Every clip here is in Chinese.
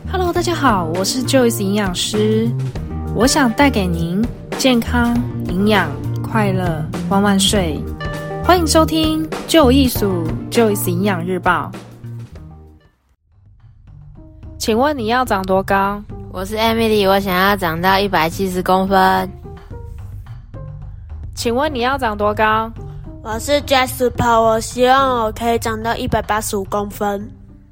Hello， 大家好，我是 Joyce 营养师，我想带给您健康、营养、快乐、万万岁！欢迎收听就艺术 Joyce 营养日报。请问你要长多高？ 我是 Emily， 我想要长到170公分。 请问你要长多高？ 我是 Jasper， 我希望我可以长到185公分。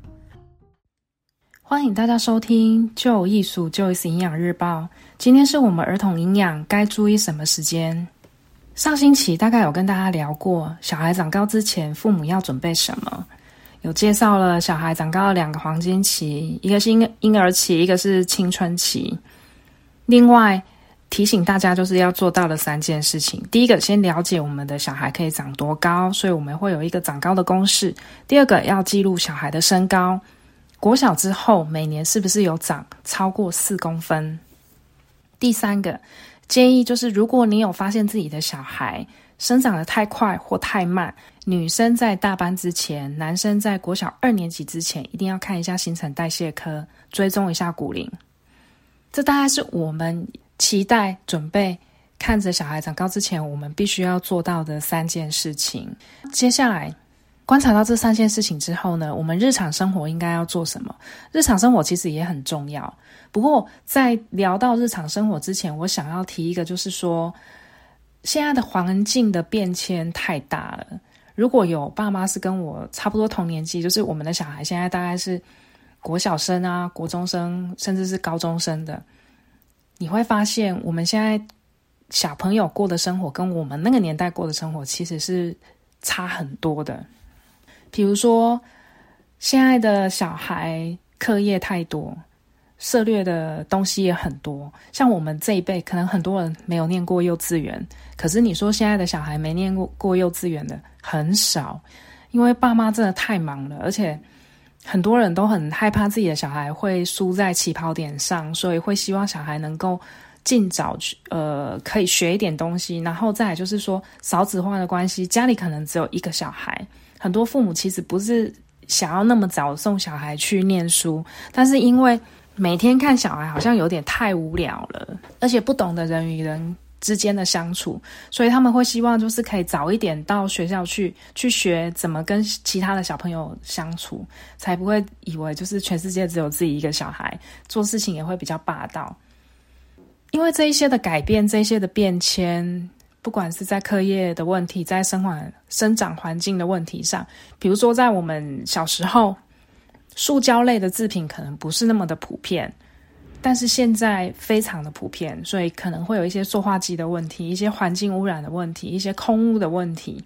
欢迎大家收听就艺术 Joyce 营养日报。今天是我们儿童营养该注意什么时间。上星期大概有跟大家聊过，小孩长高之前父母要准备什么，有介绍了小孩长高的2个黄金期，一个是婴儿期，一个是青春期。另外提醒大家就是要做到的3件事情。第一个，先了解我们的小孩可以长多高，所以我们会有一个长高的公式。第二个，要记录小孩的身高，国小之后每年是不是有长超过4公分。第三个建议就是如果你有发现自己的小孩生长得太快或太慢，女生在大班之前，男生在国小2年级之前，一定要看一下新陈代谢科，追踪一下骨龄。这大概是我们期待准备看着小孩长高之前我们必须要做到的3件事情。接下来观察到这3件事情之后呢，我们日常生活应该要做什么？日常生活其实也很重要。不过在聊到日常生活之前，我想要提一个，就是说现在的环境的变迁太大了。如果有爸妈是跟我差不多同年纪，就是我们的小孩现在大概是国小生啊、国中生，甚至是高中生的，你会发现我们现在小朋友过的生活跟我们那个年代过的生活其实是差很多的。比如说现在的小孩课业太多，涉猎的东西也很多，像我们这一辈可能很多人没有念过幼稚园，可是你说现在的小孩没念过幼稚园的很少，因为爸妈真的太忙了，而且很多人都很害怕自己的小孩会输在起跑点上，所以会希望小孩能够尽早可以学一点东西。然后再来就是说少子化的关系，家里可能只有1个小孩，很多父母其实不是想要那么早送小孩去念书，但是因为每天看小孩好像有点太无聊了，而且不懂得人与人之间的相处，所以他们会希望就是可以早一点到学校去学怎么跟其他的小朋友相处，才不会以为就是全世界只有自己一个小孩，做事情也会比较霸道。因为这一些的改变，这一些的变迁，不管是在课业的问题，在生长环境的问题上，比如说在我们小时候塑胶类的制品可能不是那么的普遍，但是现在非常的普遍，所以可能会有一些塑化剂的问题，一些环境污染的问题，一些空污的问题。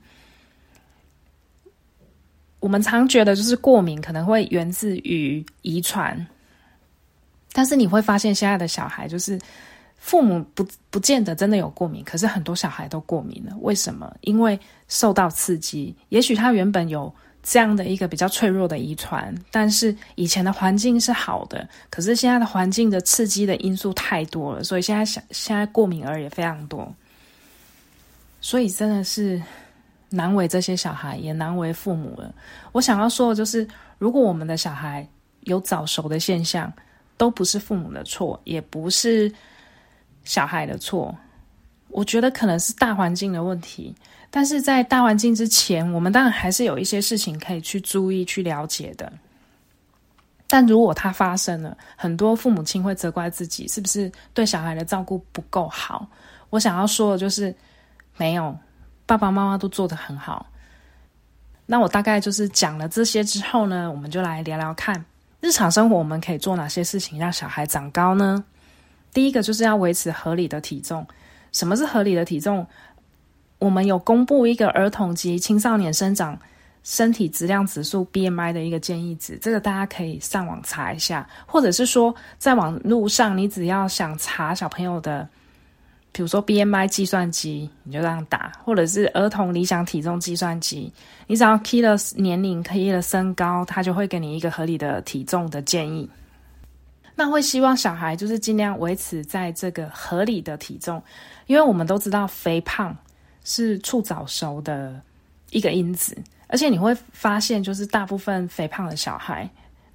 我们常觉得就是过敏可能会源自于遗传，但是你会发现现在的小孩就是父母不见得真的有过敏，可是很多小孩都过敏了。为什么？因为受到刺激，也许他原本有这样的一个比较脆弱的遗传，但是以前的环境是好的，可是现在的环境的刺激的因素太多了，所以现在过敏儿也非常多，所以真的是难为这些小孩，也难为父母了。我想要说的就是，如果我们的小孩有早熟的现象，都不是父母的错，也不是小孩的错，我觉得可能是大环境的问题。但是在大环境之前，我们当然还是有一些事情可以去注意去了解的。但如果它发生了，很多父母亲会责怪自己是不是对小孩的照顾不够好。我想要说的就是没有，爸爸妈妈都做得很好。那我大概就是讲了这些之后呢，我们就来聊聊看日常生活我们可以做哪些事情让小孩长高呢？第一个就是要维持合理的体重。什么是合理的体重？我们有公布一个儿童及青少年生长身体质量指数 BMI 的一个建议值，这个大家可以上网查一下，或者是说在网络上你只要想查小朋友的比如说 BMI 计算机，你就这样打，或者是儿童理想体重计算机，你只要 key 了年龄 key 了身高，它就会给你一个合理的体重的建议。那会希望小孩就是尽量维持在这个合理的体重，因为我们都知道肥胖是促早熟的一个因子，而且你会发现就是大部分肥胖的小孩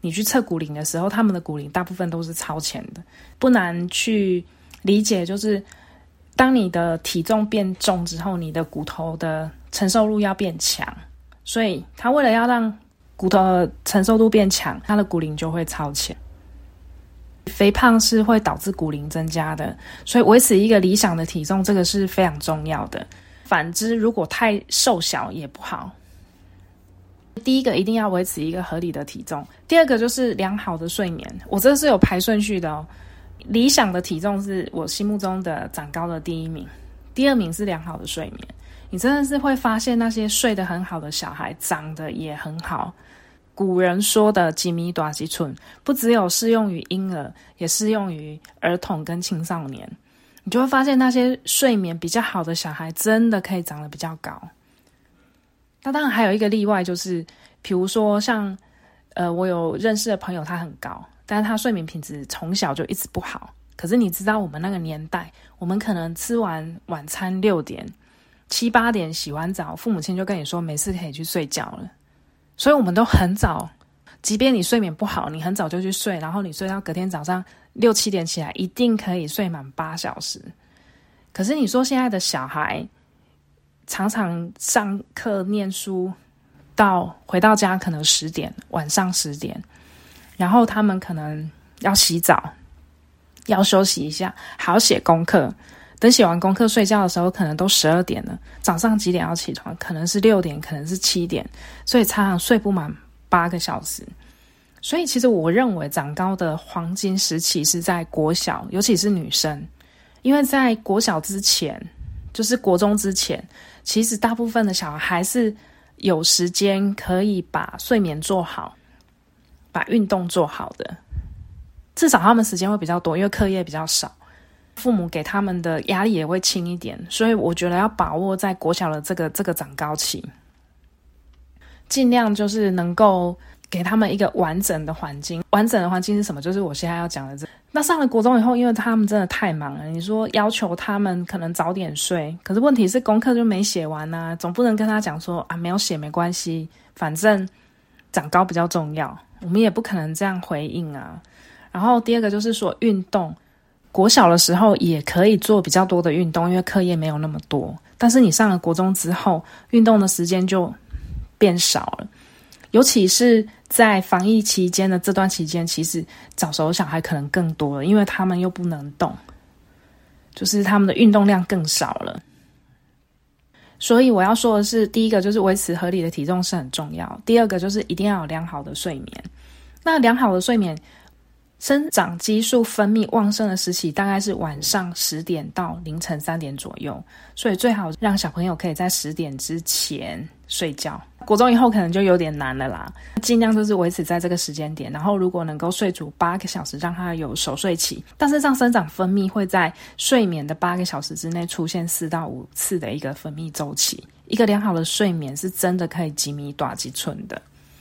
你去测骨龄的时候，他们的骨龄大部分都是超前的。不难去理解，就是当你的体重变重之后，你的骨头的承受度要变强，所以他为了要让骨头的承受度变强，他的骨龄就会超前。肥胖是会导致骨龄增加的，所以维持一个理想的体重，这个是非常重要的。反之，如果太瘦小也不好。第一个一定要维持一个合理的体重，第二个就是良好的睡眠。我这是有排顺序的哦。理想的体重是我心目中的长高的第一名，第二名是良好的睡眠。你真的是会发现那些睡得很好的小孩长得也很好。古人说的几米大几寸，不只有适用于婴儿，也适用于儿童跟青少年。你就会发现那些睡眠比较好的小孩真的可以长得比较高。那当然还有一个例外，就是比如说像我有认识的朋友他很高，但是他睡眠品质从小就一直不好。可是你知道我们那个年代，我们可能吃完晚餐6点7、8点洗完澡，父母亲就跟你说没事可以去睡觉了。所以我们都很早，即便你睡眠不好，你很早就去睡，然后你睡到隔天早上6、7点起来，一定可以睡满8小时。可是你说现在的小孩常常上课念书到回到家可能10点，晚上10点，然后他们可能要洗澡，要休息一下，还要写功课。等写完功课睡觉的时候可能都12点了，早上几点要起床，可能是6点，可能是7点，所以常常睡不满8个小时。所以其实我认为长高的黄金时期是在国小，尤其是女生。因为在国小之前，就是国中之前，其实大部分的小孩还是有时间可以把睡眠做好，把运动做好的。至少他们时间会比较多，因为课业比较少，父母给他们的压力也会轻一点，所以我觉得要把握在国小的这个长高期，尽量就是能够给他们一个完整的环境。完整的环境是什么？就是我现在要讲的那上了国中以后，因为他们真的太忙了，你说要求他们可能早点睡，可是问题是功课就没写完啊，总不能跟他讲说啊没有写没关系，反正长高比较重要，我们也不可能这样回应啊。然后第二个就是说运动，国小的时候也可以做比较多的运动，因为课业没有那么多，但是你上了国中之后，运动的时间就变少了。尤其是在防疫期间的这段期间，其实早熟的小孩可能更多了，因为他们又不能动，就是他们的运动量更少了。所以我要说的是，第一个就是维持合理的体重是很重要，第二个就是一定要有良好的睡眠。那良好的睡眠，生长激素分泌旺盛的时期大概是晚上10点到凌晨3点左右，所以最好让小朋友可以在10点之前睡觉。国中以后可能就有点难了啦，尽量就是维持在这个时间点，然后如果能够睡足8个小时，让他有熟睡期。但是让生长分泌会在睡眠的8个小时之内出现4到5次的一个分泌周期。一个良好的睡眠是真的可以几米大几寸的。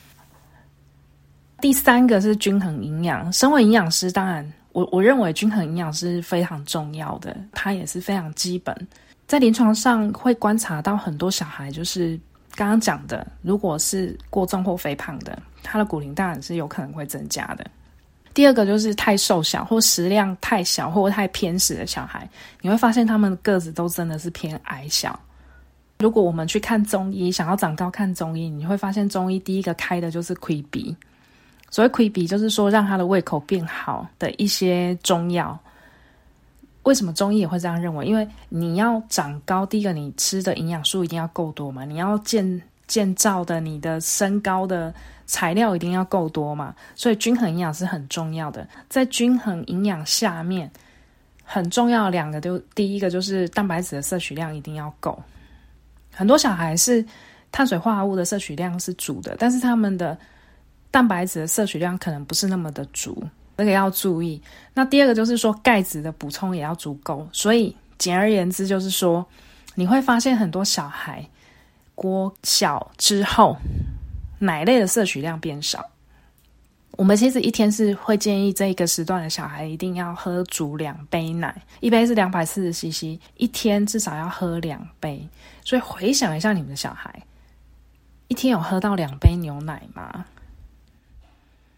第三个是均衡营养。身为营养师，当然我认为均衡营养是非常重要的，它也是非常基本。在临床上会观察到很多小孩，就是刚刚讲的，如果是过重或肥胖的，他的骨龄当然是有可能会增加的。第二个就是太瘦小或食量太小或太偏食的小孩，你会发现他们个子都真的是偏矮小。如果我们去看中医，想要长高看中医，你会发现中医第一个开的就是亏鼻。所谓亏鼻就是说让他的胃口变好的一些中药。为什么中医也会这样认为？因为你要长高，第一个你吃的营养素一定要够多嘛，你要建造的你的身高的材料一定要够多嘛，所以均衡营养是很重要的。在均衡营养下面，很重要的2个，第一个就是蛋白质的摄取量一定要够。很多小孩是碳水化合物的摄取量是足的，但是他们的蛋白质的摄取量可能不是那么的足，这个要注意。那第二个就是说钙质的补充也要足够。所以简而言之就是说，你会发现很多小孩国小之后奶类的摄取量变少。我们其实一天是会建议这一个时段的小孩一定要喝足2杯奶，一杯是240cc， 一天至少要喝2杯。所以回想一下你们的小孩，一天有喝到2杯牛奶吗？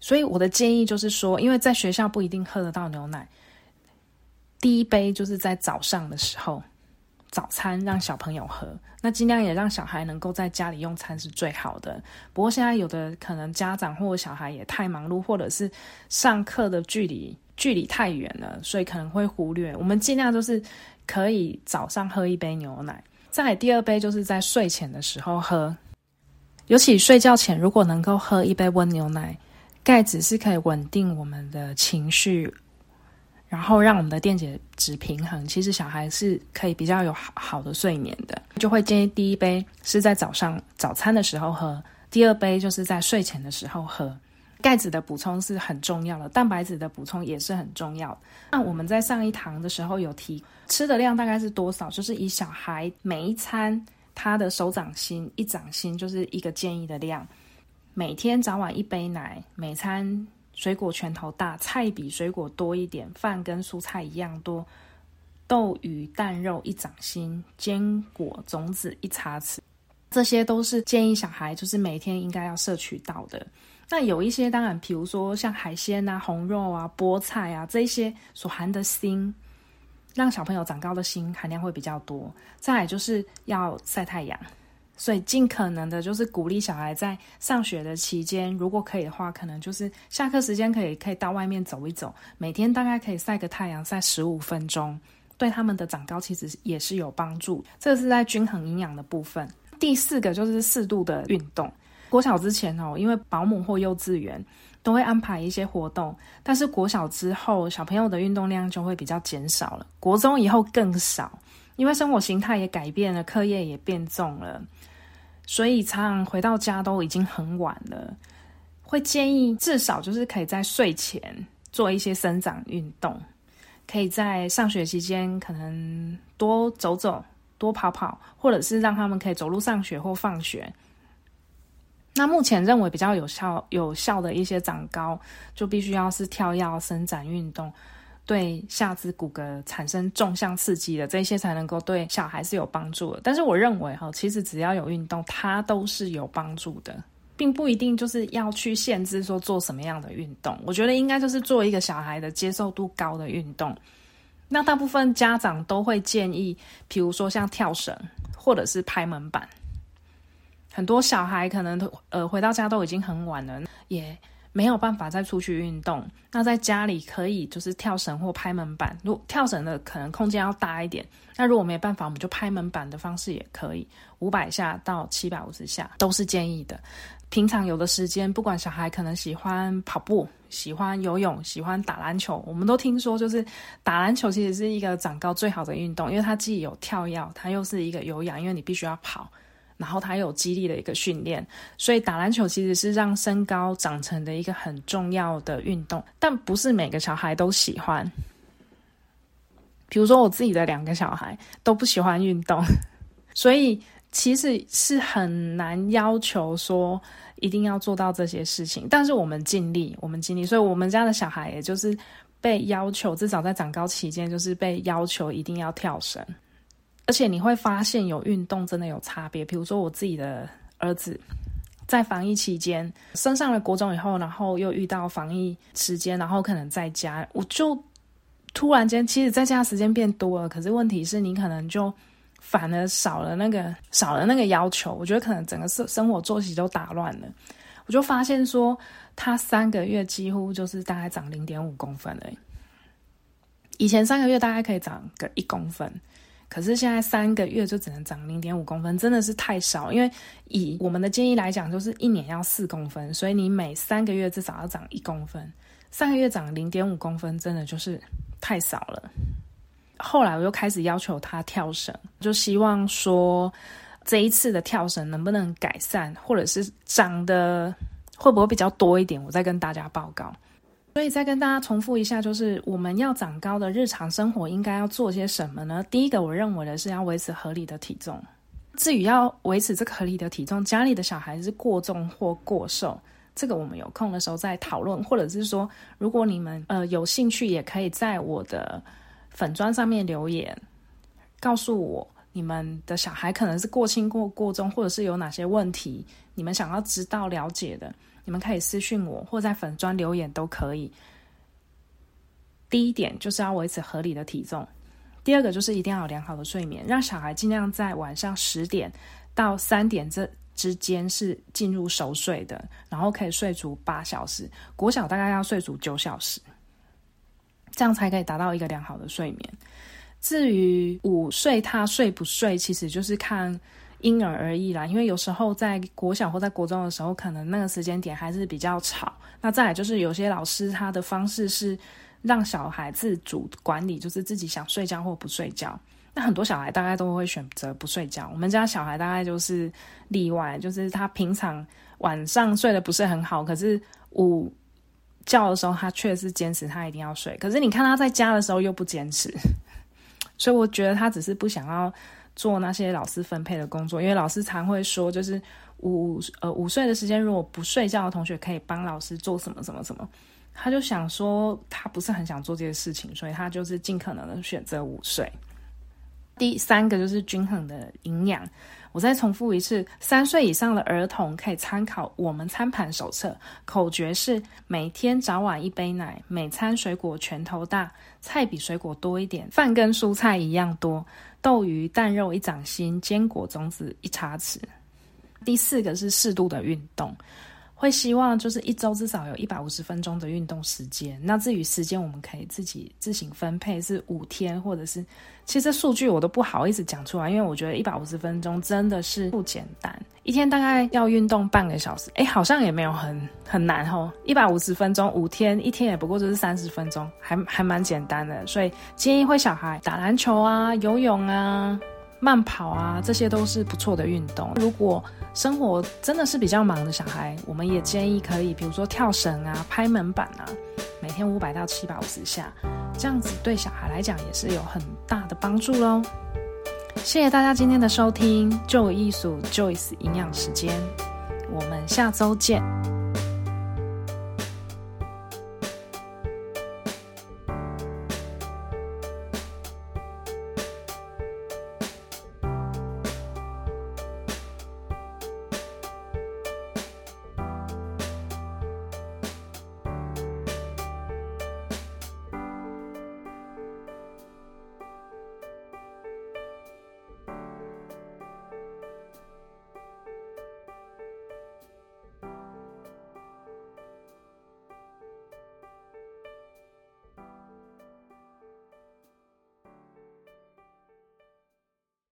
所以我的建议就是说，因为在学校不一定喝得到牛奶，第一杯就是在早上的时候，早餐让小朋友喝，那尽量也让小孩能够在家里用餐是最好的。不过现在有的可能家长或小孩也太忙碌，或者是上课的距离太远了，所以可能会忽略。我们尽量就是可以早上喝一杯牛奶，再来第二杯就是在睡前的时候喝，尤其睡觉前如果能够喝一杯温牛奶，钙质是可以稳定我们的情绪，然后让我们的电解质平衡，其实小孩是可以比较有好的睡眠的。就会建议第一杯是在早餐的时候喝，第二杯就是在睡前的时候喝。钙质的补充是很重要的，蛋白质的补充也是很重要的。那我们在上一堂的时候有提吃的量大概是多少，就是以小孩每一餐他的手掌心一掌心就是一个建议的量，每天早晚一杯奶，每餐水果拳头大，菜比水果多一点，饭跟蔬菜一样多，豆鱼蛋肉一掌心，坚果种子一茶匙，这些都是建议小孩就是每天应该要摄取到的。那有一些当然比如说像海鲜啊、红肉啊、菠菜啊，这一些所含的锌，让小朋友长高的锌含量会比较多。再来就是要晒太阳，所以尽可能的就是鼓励小孩在上学的期间，如果可以的话，可能就是下课时间可以到外面走一走，每天大概可以晒个太阳，晒15分钟，对他们的长高其实也是有帮助。这个是在均衡营养的部分。第四个就是适度的运动。国小之前因为保姆或幼稚园都会安排一些活动，但是国小之后小朋友的运动量就会比较减少了，国中以后更少，因为生活形态也改变了，课业也变重了，所以常常回到家都已经很晚了。会建议至少就是可以在睡前做一些伸展运动，可以在上学期间可能多走走多跑跑，或者是让他们可以走路上学或放学。那目前认为比较有效的一些长高，就必须要是跳跃伸展运动，对下肢骨骼产生纵向刺激的，这些才能够对小孩是有帮助的。但是我认为其实只要有运动，它都是有帮助的，并不一定就是要去限制说做什么样的运动。我觉得应该就是做一个小孩的接受度高的运动。那大部分家长都会建议，比如说像跳绳或者是拍门板。很多小孩可能回到家都已经很晚了，也没有办法再出去运动。那在家里可以就是跳绳或拍门板，如果跳绳的可能空间要大一点，那如果没办法，我们就拍门板的方式也可以，500下到750下都是建议的。平常有的时间，不管小孩可能喜欢跑步、喜欢游泳、喜欢打篮球，我们都听说就是打篮球其实是一个长高最好的运动，因为它既有跳跃，它又是一个有氧，因为你必须要跑，然后它有肌力的一个训练，所以打篮球其实是让身高长成的一个很重要的运动，但不是每个小孩都喜欢。比如说我自己的2个小孩都不喜欢运动，所以其实是很难要求说一定要做到这些事情，但是我们尽力，所以我们家的小孩也就是被要求，至少在长高期间就是被要求一定要跳绳。而且你会发现有运动真的有差别，比如说我自己的儿子在防疫期间升上了国中以后，然后又遇到防疫时间，然后可能在家，我就突然间其实在家的时间变多了，可是问题是你可能就反而少了那个要求，我觉得可能整个生活作息都打乱了。我就发现说他3个月几乎就是大概长 0.5 公分而已，以前3个月大概可以长个1公分，可是现在3个月就只能长 0.5 公分，真的是太少。因为以我们的建议来讲，就是1年要4公分，所以你每3个月至少要长1公分，3个月长 0.5 公分真的就是太少了。后来我又开始要求他跳绳，就希望说这一次的跳绳能不能改善，或者是长得会不会比较多一点，我再跟大家报告。所以再跟大家重复一下，就是我们要长高的日常生活应该要做些什么呢？第一个我认为的是要维持合理的体重。至于要维持这个合理的体重，家里的小孩是过重或过瘦，这个我们有空的时候再讨论，或者是说如果你们有兴趣，也可以在我的粉专上面留言告诉我你们的小孩可能是过轻或过重，或者是有哪些问题你们想要知道了解的， 你们可以私讯我或在粉专留言都可以。第一点就是要维持合理的体重，第二个就是一定要有良好的睡眠，让小孩尽量在晚上10点到3点这之间是进入熟睡的，然后可以睡足8小时，国小大概要睡足9小时，这样才可以达到一个良好的睡眠。至于午睡他睡不睡，其实就是看因人而异啦，因为有时候在国小或在国中的时候，可能那个时间点还是比较吵。那再来就是有些老师他的方式是让小孩自主管理，就是自己想睡觉或不睡觉。那很多小孩大概都会选择不睡觉，我们家小孩大概就是例外，就是他平常晚上睡得不是很好，可是午觉的时候他确实坚持他一定要睡，可是你看他在家的时候又不坚持，所以我觉得他只是不想要做那些老师分配的工作，因为老师常会说就是午睡的时间如果不睡觉的同学可以帮老师做什么什么什么，他就想说他不是很想做这些事情，所以他就是尽可能的选择午睡。第3个就是均衡的营养，我再重复一次，3岁以上的儿童可以参考我们餐盘手册，口诀是每天早晚1杯奶，每餐水果拳头大，菜比水果多一点，饭跟蔬菜一样多，豆鱼蛋肉1掌心，坚果种子1茶匙。第4个是适度的运动，会希望就是1周至少有150分钟的运动时间，那至于时间我们可以自己自行分配，是5天或者是，其实数据我都不好意思讲出来，因为我觉得150分钟真的是不简单，一天大概要运动半个小时，好像也没有很难哦，150分钟5天，一天也不过就是30分钟，还蛮简单的，所以建议会小孩打篮球啊、游泳啊、慢跑啊，这些都是不错的运动。如果生活真的是比较忙的小孩，我们也建议可以比如说跳绳啊、拍门板啊，每天500到750下，这样子对小孩来讲也是有很大的帮助咯。谢谢大家今天的收听，就有艺术 Joyce 营养时间，我们下周见。